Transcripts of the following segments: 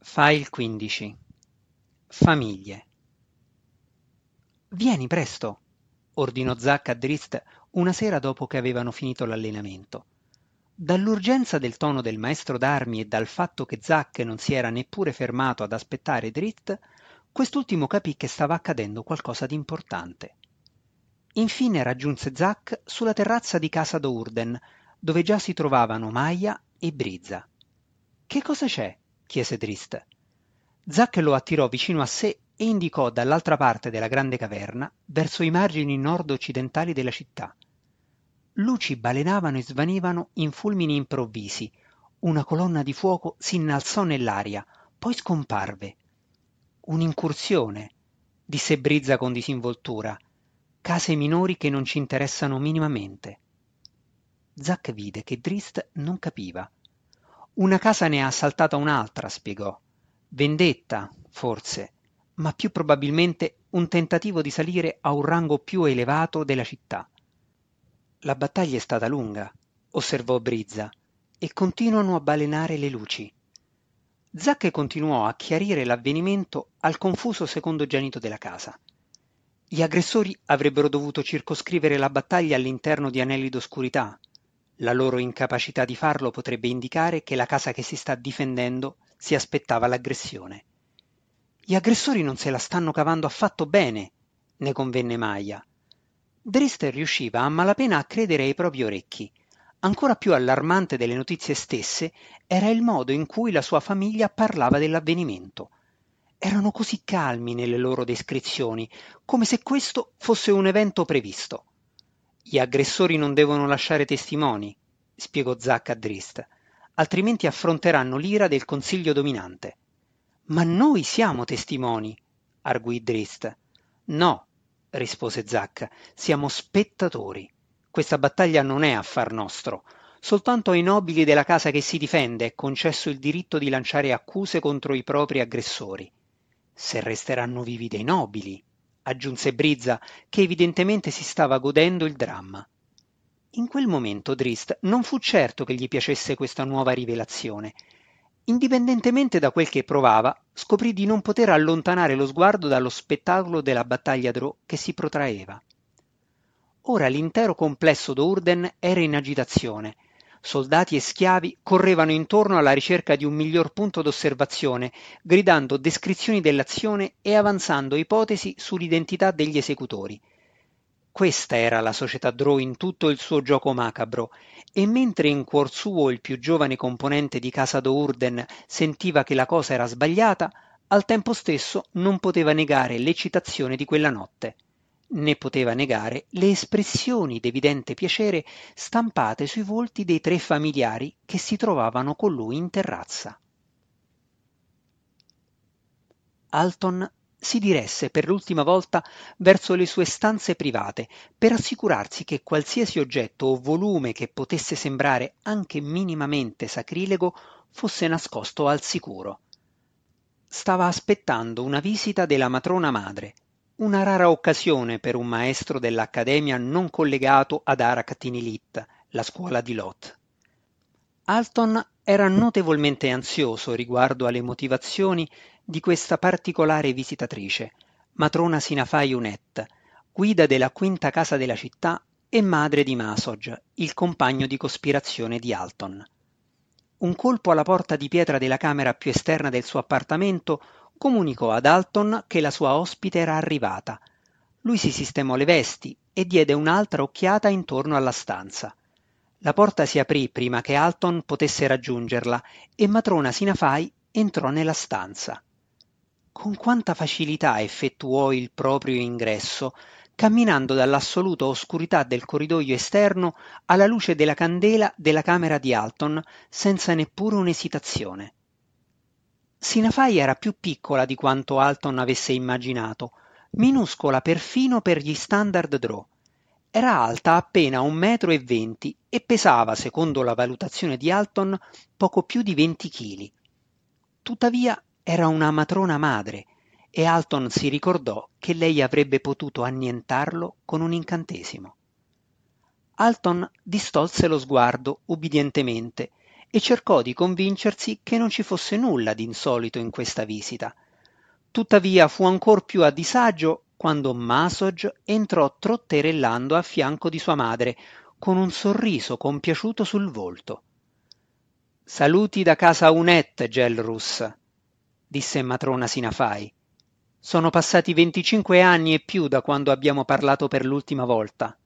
File 15. Famiglie. Vieni presto, ordinò Zack a Drizzt una sera dopo che avevano finito l'allenamento. Dall'urgenza del tono del maestro d'armi e dal fatto che Zack non si era neppure fermato ad aspettare Drizzt, quest'ultimo capì che stava accadendo qualcosa di importante. Infine raggiunse Zack sulla terrazza di casa Dourden, dove già si trovavano Maya e Briza. «Che cosa c'è?» chiese Drizzt. Zack lo attirò vicino a sé e indicò dall'altra parte della grande caverna, verso i margini nord-occidentali della città. Luci balenavano e svanivano in fulmini improvvisi. Una colonna di fuoco si innalzò nell'aria, poi scomparve. «Un'incursione», disse Brizza con disinvoltura. «Case minori che non ci interessano minimamente». Zack vide che Drizzt non capiva. «Una casa ne ha assaltata un'altra», spiegò. «Vendetta, forse, ma più probabilmente un tentativo di salire a un rango più elevato della città». «La battaglia è stata lunga», osservò Brizza, «e continuano a balenare le luci». Zack continuò a chiarire l'avvenimento al confuso secondogenito della casa. Gli aggressori avrebbero dovuto circoscrivere la battaglia all'interno di anelli d'oscurità. La loro incapacità di farlo potrebbe indicare che la casa che si sta difendendo si aspettava l'aggressione. «Gli aggressori non se la stanno cavando affatto bene», ne convenne Maya. Drizzt riusciva a malapena a credere ai propri orecchi. Ancora più allarmante delle notizie stesse era il modo in cui la sua famiglia parlava dell'avvenimento. Erano così calmi nelle loro descrizioni, come se questo fosse un evento previsto. «Gli aggressori non devono lasciare testimoni», spiegò Zack a Drizzt, «altrimenti affronteranno l'ira del consiglio dominante». «Ma noi siamo testimoni», arguì Drizzt. «No», rispose Zack, «siamo spettatori. Questa battaglia non è affar nostro. Soltanto ai nobili della casa che si difende è concesso il diritto di lanciare accuse contro i propri aggressori». «Se resteranno vivi dei nobili», aggiunse Brizza, che evidentemente si stava godendo il dramma. In quel momento Drizzt non fu certo che gli piacesse questa nuova rivelazione. Indipendentemente da quel che provava, scoprì di non poter allontanare lo sguardo dallo spettacolo della battaglia Drò che si protraeva. Ora l'intero complesso Dourden era in agitazione. Soldati e schiavi correvano intorno alla ricerca di un miglior punto d'osservazione, gridando descrizioni dell'azione e avanzando ipotesi sull'identità degli esecutori. Questa era la società Drò in tutto il suo gioco macabro, e mentre in cuor suo il più giovane componente di casa Dourden sentiva che la cosa era sbagliata, al tempo stesso non poteva negare l'eccitazione di quella notte, né poteva negare le espressioni d'evidente piacere stampate sui volti dei tre familiari che si trovavano con lui in terrazza. Alton si diresse per l'ultima volta verso le sue stanze private per assicurarsi che qualsiasi oggetto o volume che potesse sembrare anche minimamente sacrilego fosse nascosto al sicuro. Stava aspettando una visita della matrona madre, una rara occasione per un maestro dell'accademia non collegato ad Arakatinilit, la scuola di Lot. Alton era notevolmente ansioso riguardo alle motivazioni di questa particolare visitatrice, matrona Sinafai Unet, guida della quinta casa della città e madre di Masog, il compagno di cospirazione di Alton. Un colpo alla porta di pietra della camera più esterna del suo appartamento comunicò ad Alton che la sua ospite era arrivata. Lui si sistemò le vesti e diede un'altra occhiata intorno alla stanza. La porta si aprì prima che Alton potesse raggiungerla e matrona Sinafai entrò nella stanza. Con quanta facilità effettuò il proprio ingresso, camminando dall'assoluta oscurità del corridoio esterno alla luce della candela della camera di Alton, senza neppure un'esitazione. Sinafai era più piccola di quanto Alton avesse immaginato, minuscola perfino per gli standard Drò. Era alta appena 1,20 m e pesava, secondo la valutazione di Alton, poco più di 20 chili. Tuttavia era una matrona madre e Alton si ricordò che lei avrebbe potuto annientarlo con un incantesimo. Alton distolse lo sguardo ubbidientemente e cercò di convincersi che non ci fosse nulla di insolito in questa visita. Tuttavia fu ancor più a disagio quando Masog entrò trotterellando a fianco di sua madre, con un sorriso compiaciuto sul volto. «Saluti da casa Unet, Gelrus», disse matrona Sinafai. «Sono passati 25 anni e più da quando abbiamo parlato per l'ultima volta».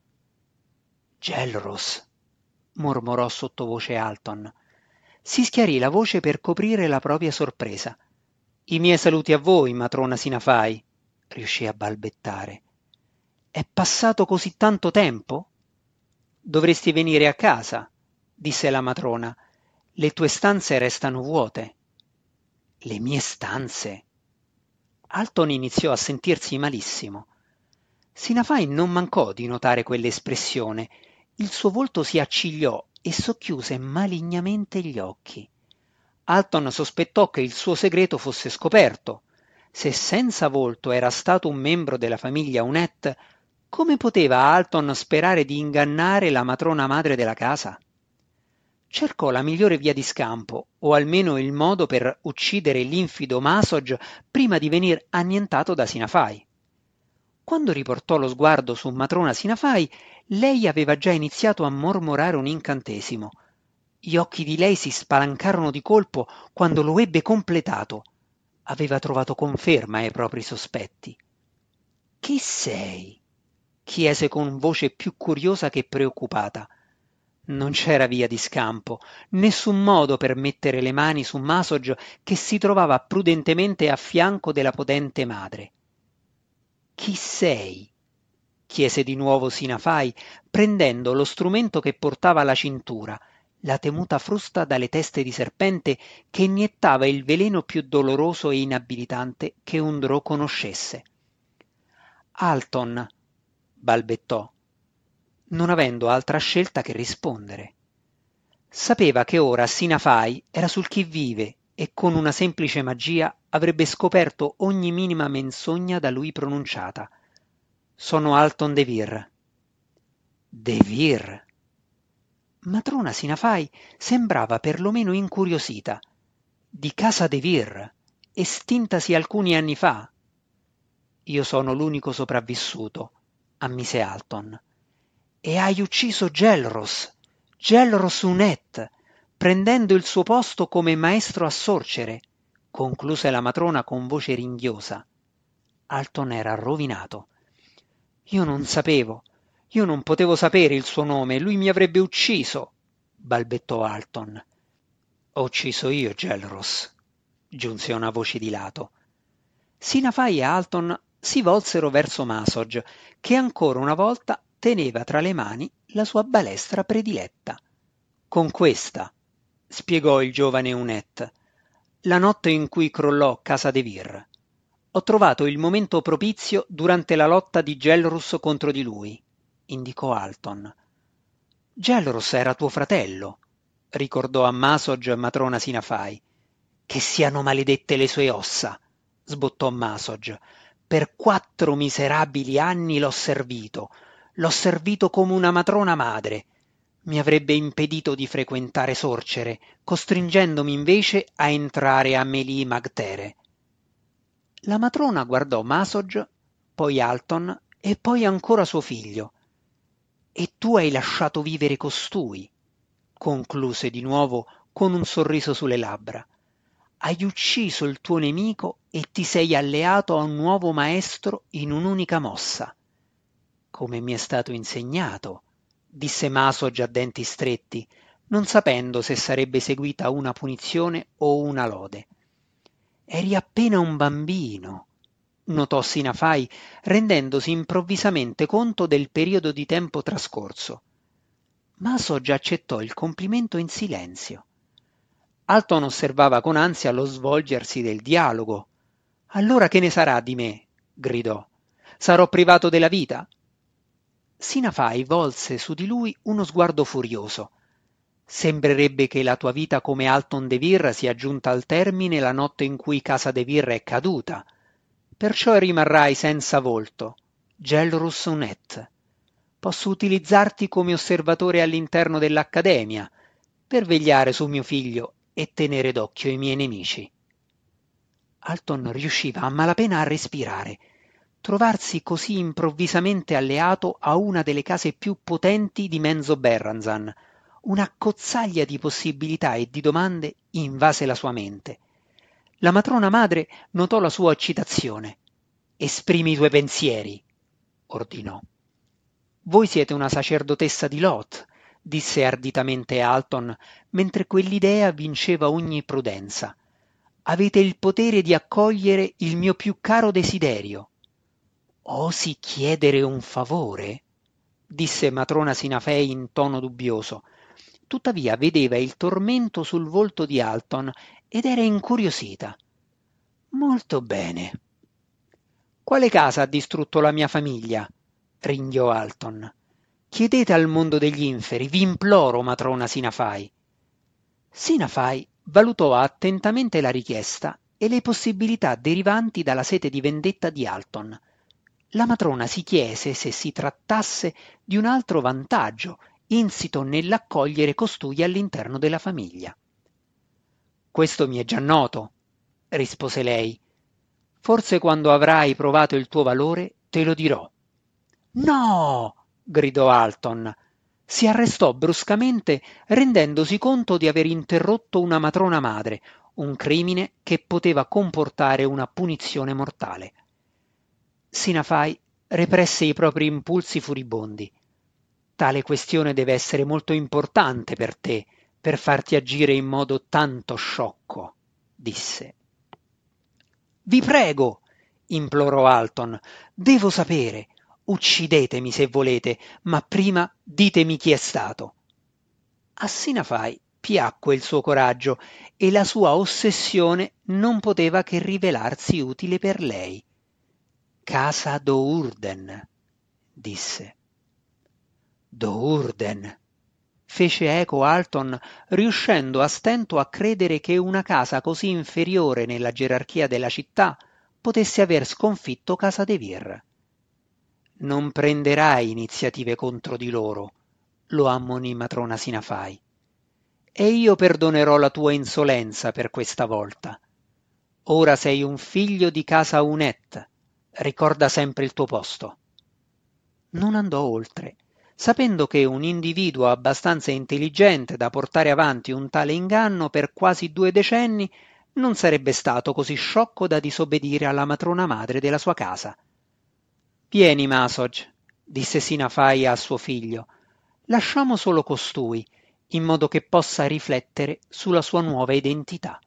«Gelrus», mormorò sottovoce Alton. Si schiarì la voce per coprire la propria sorpresa. «I miei saluti a voi, matrona Sinafai», riuscì a balbettare. «È passato così tanto tempo?» «Dovresti venire a casa», disse la matrona. «Le tue stanze restano vuote». «Le mie stanze?» Alton iniziò a sentirsi malissimo. Sinafai non mancò di notare quell'espressione. Il suo volto si accigliò e socchiuse malignamente gli occhi. Alton sospettò che il suo segreto fosse scoperto. Se senza volto era stato un membro della famiglia Unet, come poteva Alton sperare di ingannare la matrona madre della casa? Cercò la migliore via di scampo, o almeno il modo per uccidere l'infido Masog prima di venir annientato da Sinafai. Quando riportò lo sguardo su matrona Sinafai, lei aveva già iniziato a mormorare un incantesimo. Gli occhi di lei si spalancarono di colpo quando lo ebbe completato. Aveva trovato conferma ai propri sospetti. «Chi sei?» chiese con voce più curiosa che preoccupata. Non c'era via di scampo, nessun modo per mettere le mani su Masog che si trovava prudentemente a fianco della potente madre. «Chi sei?» chiese di nuovo Sinafai, prendendo lo strumento che portava alla cintura, la temuta frusta dalle teste di serpente che iniettava il veleno più doloroso e inabilitante che un drò conoscesse. «Alton», balbettò, non avendo altra scelta che rispondere. Sapeva che ora Sinafai era sul chi vive e con una semplice magia avrebbe scoperto ogni minima menzogna da lui pronunciata. «Sono Alton De Vir». «De Vir?» Matrona Sinafai sembrava perlomeno incuriosita. «Di casa De Vir, estintasi alcuni anni fa». «Io sono l'unico sopravvissuto», ammise Alton. «E hai ucciso Gelros Unet, prendendo il suo posto come maestro a sorcere», concluse la matrona con voce ringhiosa. Alton era rovinato. «Io non sapevo, io non potevo sapere il suo nome, lui mi avrebbe ucciso», balbettò Alton. «Ho ucciso io Gelros», giunse una voce di lato. Sinafai e Alton si volsero verso Masog, che ancora una volta teneva tra le mani la sua balestra prediletta. «Con questa», spiegò il giovane Unet, «la notte in cui crollò casa De Vir. Ho trovato il momento propizio durante la lotta di Gelrus contro di lui», indicò Alton. «Gelrus era tuo fratello», ricordò a Masog matrona Sinafai. «Che siano maledette le sue ossa», sbottò Masog. «Per 4 miserabili anni l'ho servito come una matrona madre. Mi avrebbe impedito di frequentare Sorcere, costringendomi invece a entrare a Melì Magtere». La matrona guardò Masog, poi Alton e poi ancora suo figlio. «E tu hai lasciato vivere costui», concluse di nuovo con un sorriso sulle labbra. «Hai ucciso il tuo nemico e ti sei alleato a un nuovo maestro in un'unica mossa». «Come mi è stato insegnato», disse Masog a denti stretti, non sapendo se sarebbe seguita una punizione o una lode. «Eri appena un bambino», notò Sinafai, rendendosi improvvisamente conto del periodo di tempo trascorso. Masog accettò il complimento in silenzio. Alton osservava con ansia lo svolgersi del dialogo. «Allora che ne sarà di me?» gridò. «Sarò privato della vita?» Sinafai volse su di lui uno sguardo furioso. «Sembrerebbe che la tua vita come Alton De Vir sia giunta al termine la notte in cui casa De Vir è caduta. Perciò rimarrai senza volto, Gelrus Unet. Posso utilizzarti come osservatore all'interno dell'Accademia, per vegliare su mio figlio e tenere d'occhio i miei nemici. Alton riusciva a malapena a respirare. Trovarsi così improvvisamente alleato a una delle case più potenti di Menzo Berranzan, un'accozzaglia di possibilità e di domande invase la sua mente. La matrona madre notò la sua eccitazione. «Esprimi i tuoi pensieri», ordinò. «Voi siete una sacerdotessa di Lot», disse arditamente Alton, mentre quell'idea vinceva ogni prudenza. «Avete il potere di accogliere il mio più caro desiderio». «Osi chiedere un favore?» disse matrona Sinafei in tono dubbioso. Tuttavia vedeva il tormento sul volto di Alton ed era incuriosita. «Molto bene». «Quale casa ha distrutto la mia famiglia?» ringhiò Alton. «Chiedete al mondo degli inferi, vi imploro, matrona Sinafai». Sinafai valutò attentamente la richiesta e le possibilità derivanti dalla sete di vendetta di Alton. La matrona si chiese se si trattasse di un altro vantaggio insito nell'accogliere costui all'interno della famiglia. «Questo mi è già noto», rispose lei. «Forse quando avrai provato il tuo valore te lo dirò». «No!» gridò Alton. Si arrestò bruscamente, rendendosi conto di aver interrotto una matrona madre, un crimine che poteva comportare una punizione mortale. Sinafai represse i propri impulsi furibondi. «Tale questione deve essere molto importante per te, per farti agire in modo tanto sciocco», disse. «Vi prego», implorò Alton, «devo sapere. Uccidetemi se volete, ma prima ditemi chi è stato». A Sinafai piacque il suo coraggio e la sua ossessione non poteva che rivelarsi utile per lei. «Casa Dourden», disse. «Dourden», fece eco Alton, riuscendo a stento a credere che una casa così inferiore nella gerarchia della città potesse aver sconfitto Casa de Vir. «Non prenderai iniziative contro di loro», lo ammonì matrona Sinafai. «E io perdonerò la tua insolenza per questa volta. Ora sei un figlio di casa Unet. Ricorda sempre il tuo posto». Non andò oltre, sapendo che un individuo abbastanza intelligente da portare avanti un tale inganno per quasi 2 decenni non sarebbe stato così sciocco da disobbedire alla matrona madre della sua casa. «Vieni, Masog», disse Sinafai a suo figlio, «lasciamo solo costui, in modo che possa riflettere sulla sua nuova identità».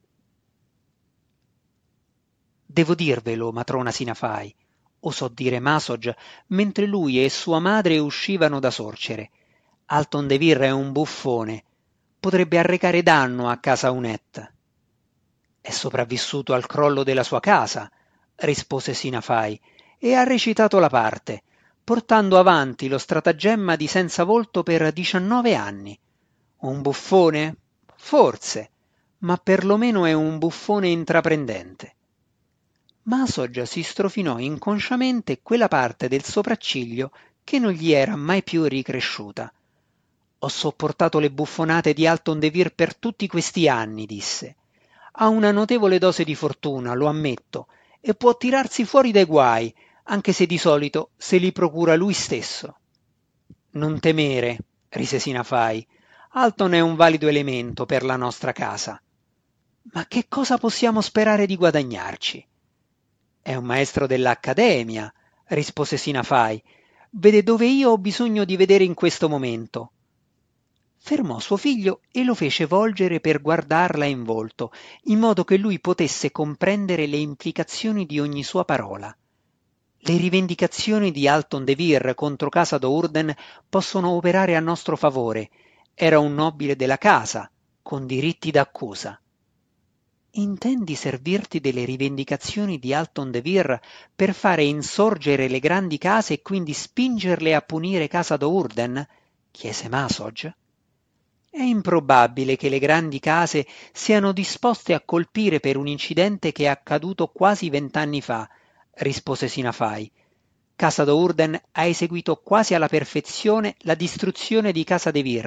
«Devo dirvelo, matrona Sinafai», osò dire Masog, mentre lui e sua madre uscivano da Sorcere. «Alton de Vir è un buffone. Potrebbe arrecare danno a casa Unet». «È sopravvissuto al crollo della sua casa», rispose Sinafai, «e ha recitato la parte, portando avanti lo stratagemma di Senza Volto per 19 anni. Un buffone? Forse, ma perlomeno è un buffone intraprendente». Masog si strofinò inconsciamente quella parte del sopracciglio che non gli era mai più ricresciuta. «Ho sopportato le buffonate di Alton de Vir per tutti questi anni», disse. «Ha una notevole dose di fortuna, lo ammetto, e può tirarsi fuori dai guai, anche se di solito se li procura lui stesso». «Non temere», rise Sinafai. «Alton è un valido elemento per la nostra casa». «Ma che cosa possiamo sperare di guadagnarci?» «È un maestro dell'Accademia», rispose Sinafai. «Vede dove io ho bisogno di vedere in questo momento». Fermò suo figlio e lo fece volgere per guardarla in volto, in modo che lui potesse comprendere le implicazioni di ogni sua parola. «Le rivendicazioni di Alton de Vir contro casa Dourden possono operare a nostro favore. Era un nobile della casa, con diritti d'accusa». «Intendi servirti delle rivendicazioni di Alton de Vir per fare insorgere le grandi case e quindi spingerle a punire casa Dourden?» chiese Masog. «È improbabile che le grandi case siano disposte a colpire per un incidente che è accaduto quasi 20 anni fa», rispose Sinafai. «Casa Dourden ha eseguito quasi alla perfezione la distruzione di casa de Vir,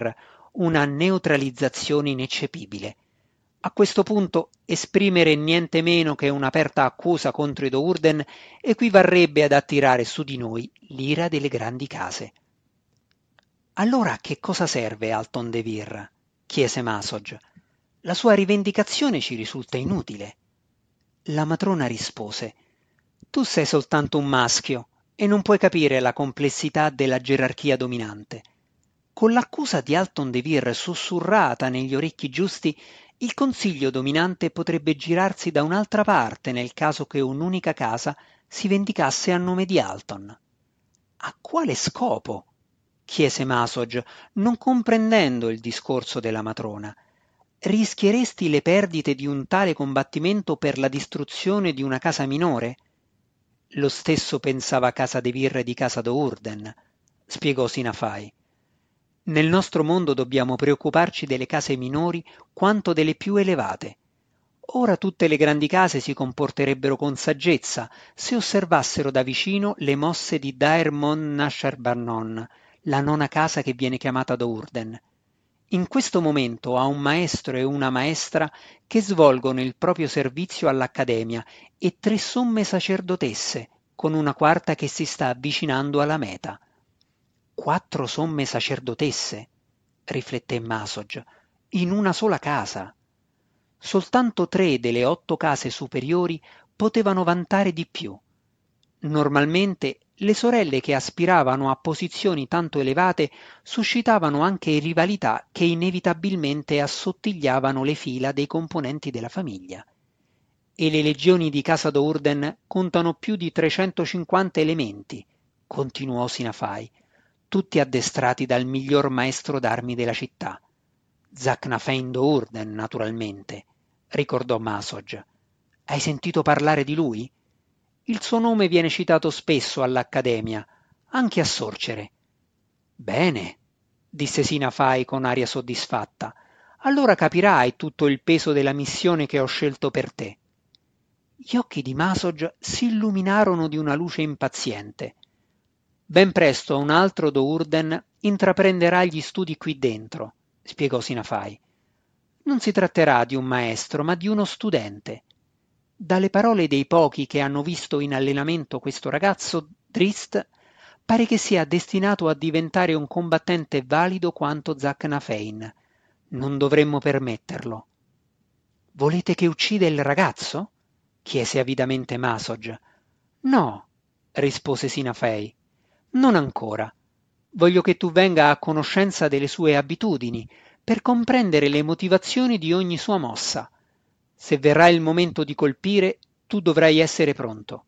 una neutralizzazione ineccepibile. A questo punto esprimere niente meno che un'aperta accusa contro i Dourdan equivarrebbe ad attirare su di noi l'ira delle grandi case. Allora a che cosa serve Alton de Vere? Chiese Masog. La sua rivendicazione ci risulta inutile. La matrona rispose: tu sei soltanto un maschio e non puoi capire la complessità della gerarchia dominante. Con l'accusa di Alton de Vere sussurrata negli orecchi giusti, il consiglio dominante potrebbe girarsi da un'altra parte nel caso che un'unica casa si vendicasse a nome di Alton. A quale scopo? Chiese Masog, non comprendendo il discorso della matrona. Rischieresti le perdite di un tale combattimento per la distruzione di una casa minore? Lo stesso pensava Casa de Vere di Casa Dourdan, spiegò Sinafai. Nel nostro mondo dobbiamo preoccuparci delle case minori quanto delle più elevate. Ora tutte le grandi case si comporterebbero con saggezza se osservassero da vicino le mosse di Daer Mon Nashar-Barnon, la nona casa che viene chiamata Dourdan. In questo momento ha un maestro e una maestra che svolgono il proprio servizio all'Accademia e 3 somme sacerdotesse, con una quarta che si sta avvicinando alla meta. 4 somme sacerdotesse, rifletté Masog, in una sola casa. Soltanto 3 delle 8 case superiori potevano vantare di più. Normalmente le sorelle che aspiravano a posizioni tanto elevate suscitavano anche rivalità che inevitabilmente assottigliavano le fila dei componenti della famiglia. E le legioni di Casa Dourdan contano più di 350 elementi, continuò Sinafai, tutti addestrati dal miglior maestro d'armi della città. Zaknafein Dourdan, naturalmente, ricordò Masog. Hai sentito parlare di lui? Il suo nome viene citato spesso all'Accademia, anche a Sorcere. Bene, disse Sinafai con aria soddisfatta. Allora capirai tutto il peso della missione che ho scelto per te. Gli occhi di Masog si illuminarono di una luce impaziente. Ben presto un altro Dourdan intraprenderà gli studi qui dentro, spiegò Sinafai. Non si tratterà di un maestro, ma di uno studente. Dalle parole dei pochi che hanno visto in allenamento questo ragazzo, Drist, pare che sia destinato a diventare un combattente valido quanto Zaknafein. Non dovremmo permetterlo. Volete che uccida il ragazzo? Chiese avidamente Masog. No, rispose Sinafei. Non ancora. Voglio che tu venga a conoscenza delle sue abitudini, per comprendere le motivazioni di ogni sua mossa. Se verrà il momento di colpire, tu dovrai essere pronto.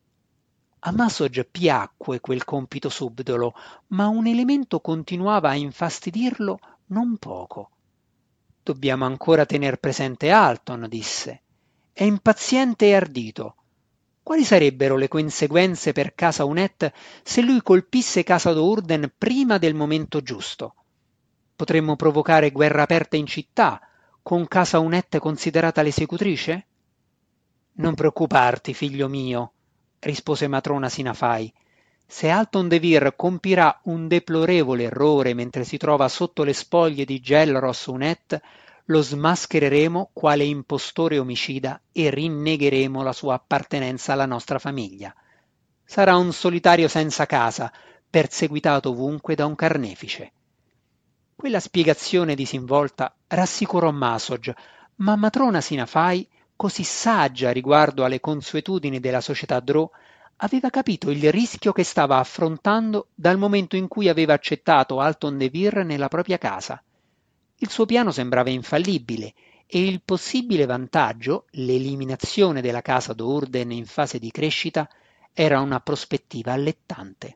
A Masog piacque quel compito subdolo, ma un elemento continuava a infastidirlo non poco. Dobbiamo ancora tener presente Alton, disse. È impaziente e ardito. Quali sarebbero le conseguenze per Casa Unet se lui colpisse Casa Dourdan prima del momento giusto? Potremmo provocare guerra aperta in città, con Casa Unet considerata l'esecutrice? Non preoccuparti, figlio mio, rispose matrona Sinafai. Se Alton de Vere compirà un deplorevole errore mentre si trova sotto le spoglie di Gelros Unet, lo smaschereremo quale impostore omicida e rinnegheremo la sua appartenenza alla nostra famiglia. Sarà un solitario senza casa, perseguitato ovunque da un carnefice. Quella spiegazione disinvolta rassicurò Masog, ma matrona Sinafai, così saggia riguardo alle consuetudini della società Drow, aveva capito il rischio che stava affrontando dal momento in cui aveva accettato Alton de Vere nella propria casa. Il suo piano sembrava infallibile e il possibile vantaggio, l'eliminazione della casa Dourdan in fase di crescita, era una prospettiva allettante.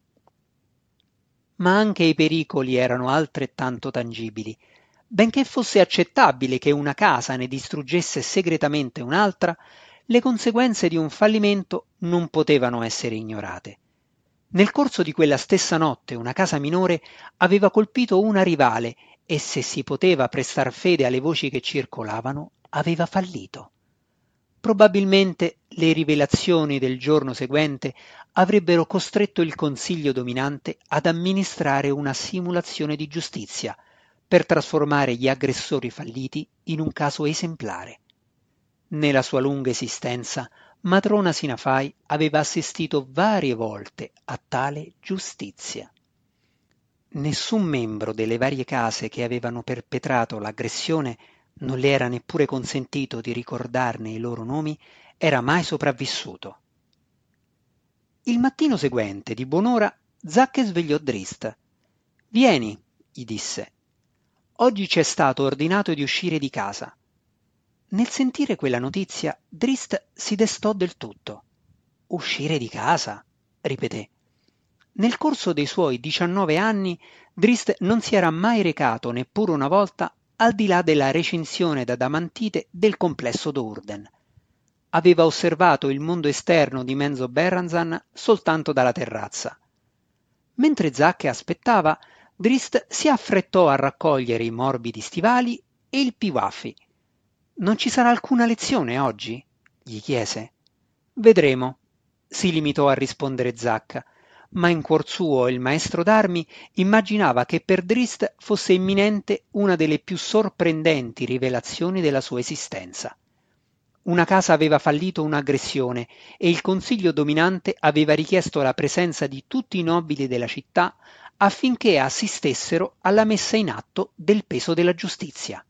Ma anche i pericoli erano altrettanto tangibili. Benché fosse accettabile che una casa ne distruggesse segretamente un'altra, le conseguenze di un fallimento non potevano essere ignorate. Nel corso di quella stessa notte una casa minore aveva colpito una rivale e, se si poteva prestar fede alle voci che circolavano, aveva fallito. Probabilmente le rivelazioni del giorno seguente avrebbero costretto il consiglio dominante ad amministrare una simulazione di giustizia, per trasformare gli aggressori falliti in un caso esemplare. Nella sua lunga esistenza, matrona Sinafai aveva assistito varie volte a tale giustizia. Nessun membro delle varie case che avevano perpetrato l'aggressione, non le era neppure consentito di ricordarne i loro nomi, era mai sopravvissuto. Il mattino seguente, di buon'ora, Zacche svegliò Drist. «Vieni», gli disse. «Oggi ci è stato ordinato di uscire di casa». Nel sentire quella notizia, Drist si destò del tutto. «Uscire di casa?» ripeté. Nel corso dei suoi 19 anni, Drist non si era mai recato neppure una volta al di là della recinzione d'adamantite del complesso Dourdan. Aveva osservato il mondo esterno di Menzo Berranzan soltanto dalla terrazza. Mentre Zacche aspettava, Drist si affrettò a raccogliere i morbidi stivali e il piwaffi. «Non ci sarà alcuna lezione oggi?» gli chiese. «Vedremo», si limitò a rispondere Zacca, ma in cuor suo il maestro d'armi immaginava che per Drist fosse imminente una delle più sorprendenti rivelazioni della sua esistenza. Una casa aveva fallito un'aggressione e il consiglio dominante aveva richiesto la presenza di tutti i nobili della città affinché assistessero alla messa in atto del peso della giustizia.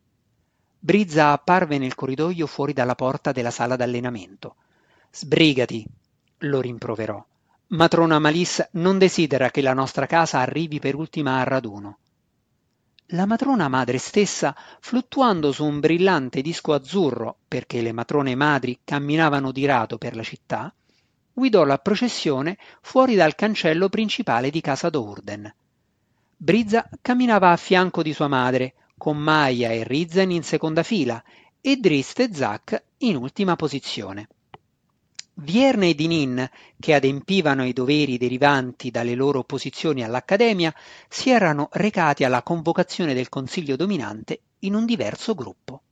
Brizza apparve nel corridoio fuori dalla porta della sala d'allenamento. «Sbrigati», lo rimproverò. «Matrona Malice non desidera che la nostra casa arrivi per ultima al raduno». La matrona madre stessa, fluttuando su un brillante disco azzurro, perché le matrone madri camminavano di rado per la città, guidò la processione fuori dal cancello principale di casa Dourdan. Brizza camminava a fianco di sua madre, con Maya e Rizzen in seconda fila e Drist e Zack in ultima posizione. Vierne e Dinin, che adempivano i doveri derivanti dalle loro posizioni all'Accademia, si erano recati alla convocazione del Consiglio dominante in un diverso gruppo.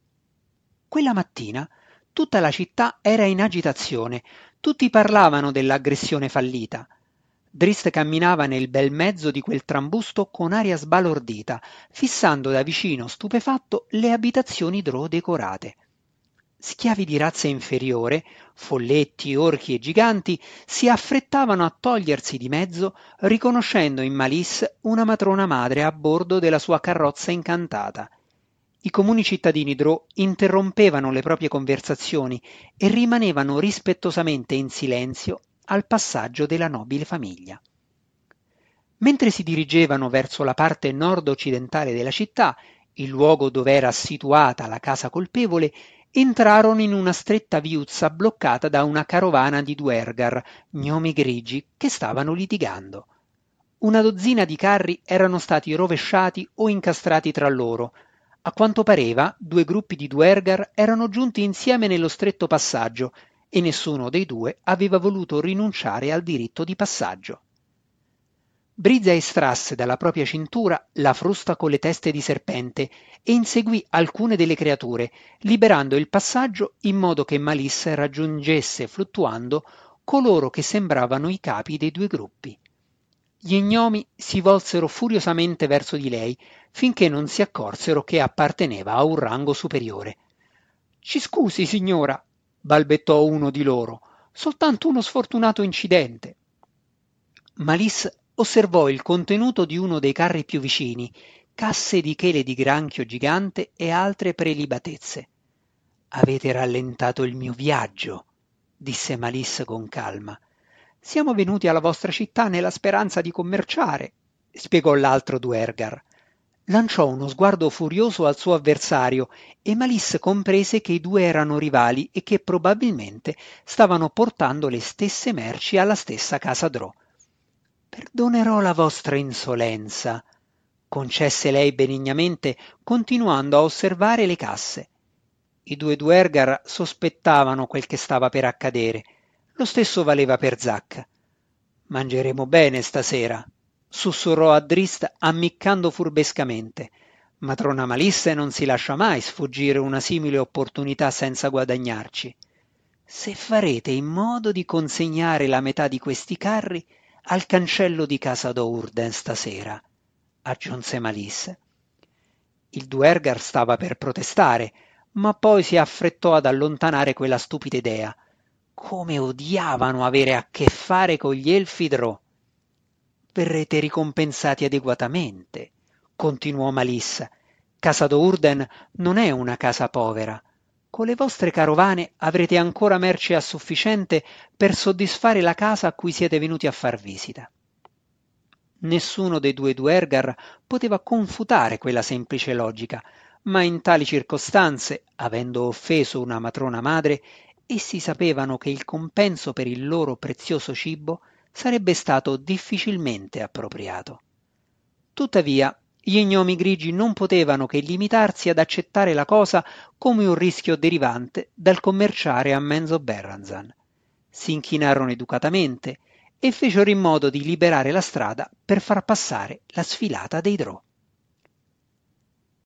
Quella mattina tutta la città era in agitazione, tutti parlavano dell'aggressione fallita. Drist camminava nel bel mezzo di quel trambusto con aria sbalordita, fissando da vicino stupefatto le abitazioni drò decorate. Schiavi di razza inferiore, folletti, orchi e giganti, si affrettavano a togliersi di mezzo, riconoscendo in Malice una matrona madre a bordo della sua carrozza incantata. I comuni cittadini drò interrompevano le proprie conversazioni e rimanevano rispettosamente in silenzio al passaggio della nobile famiglia. Mentre si dirigevano verso la parte nord-occidentale della città, il luogo dove era situata la casa colpevole, entrarono in una stretta viuzza bloccata da una carovana di duergar, gnomi grigi, che stavano litigando. Una dozzina di carri erano stati rovesciati o incastrati tra loro. A quanto pareva, due gruppi di duergar erano giunti insieme nello stretto passaggio e nessuno dei due aveva voluto rinunciare al diritto di passaggio. Brizza estrasse dalla propria cintura la frusta con le teste di serpente e inseguì alcune delle creature, liberando il passaggio in modo che Malice raggiungesse fluttuando coloro che sembravano i capi dei due gruppi. Gli gnomi si volsero furiosamente verso di lei finché non si accorsero che apparteneva a un rango superiore. «Ci scusi, signora», balbettò uno di loro, «soltanto uno sfortunato incidente». Malice osservò il contenuto di uno dei carri più vicini, casse di chele di granchio gigante e altre prelibatezze. «Avete rallentato il mio viaggio», disse Malice con calma. «Siamo venuti alla vostra città nella speranza di commerciare», spiegò l'altro duergar. Lanciò uno sguardo furioso al suo avversario e Malice comprese che i due erano rivali e che probabilmente stavano portando le stesse merci alla stessa casa drò. «Perdonerò la vostra insolenza», concesse lei benignamente, continuando a osservare le casse. I due duergar sospettavano quel che stava per accadere. Lo stesso valeva per Zack. «Mangeremo bene stasera», sussurrò a Drist ammiccando furbescamente. Matrona Malice non si lascia mai sfuggire una simile opportunità senza guadagnarci. «Se farete in modo di consegnare la metà di questi carri al cancello di casa Dourdan stasera», aggiunse Malice. Il Duergar stava per protestare, ma poi si affrettò ad allontanare quella stupida idea. Come odiavano avere a che fare con gli elfi Drò. Verrete ricompensati adeguatamente, continuò Malissa. Casa Dourden non è una casa povera. Con le vostre carovane avrete ancora merce a sufficiente per soddisfare la casa a cui siete venuti a far visita. Nessuno dei due Duergar poteva confutare quella semplice logica, ma in tali circostanze, avendo offeso una matrona madre, essi sapevano che il compenso per il loro prezioso cibo sarebbe stato difficilmente appropriato. Tuttavia, gli gnomi grigi non potevano che limitarsi ad accettare la cosa come un rischio derivante dal commerciare a Menzoberranzan. Si inchinarono educatamente e fecero in modo di liberare la strada per far passare la sfilata dei Drò.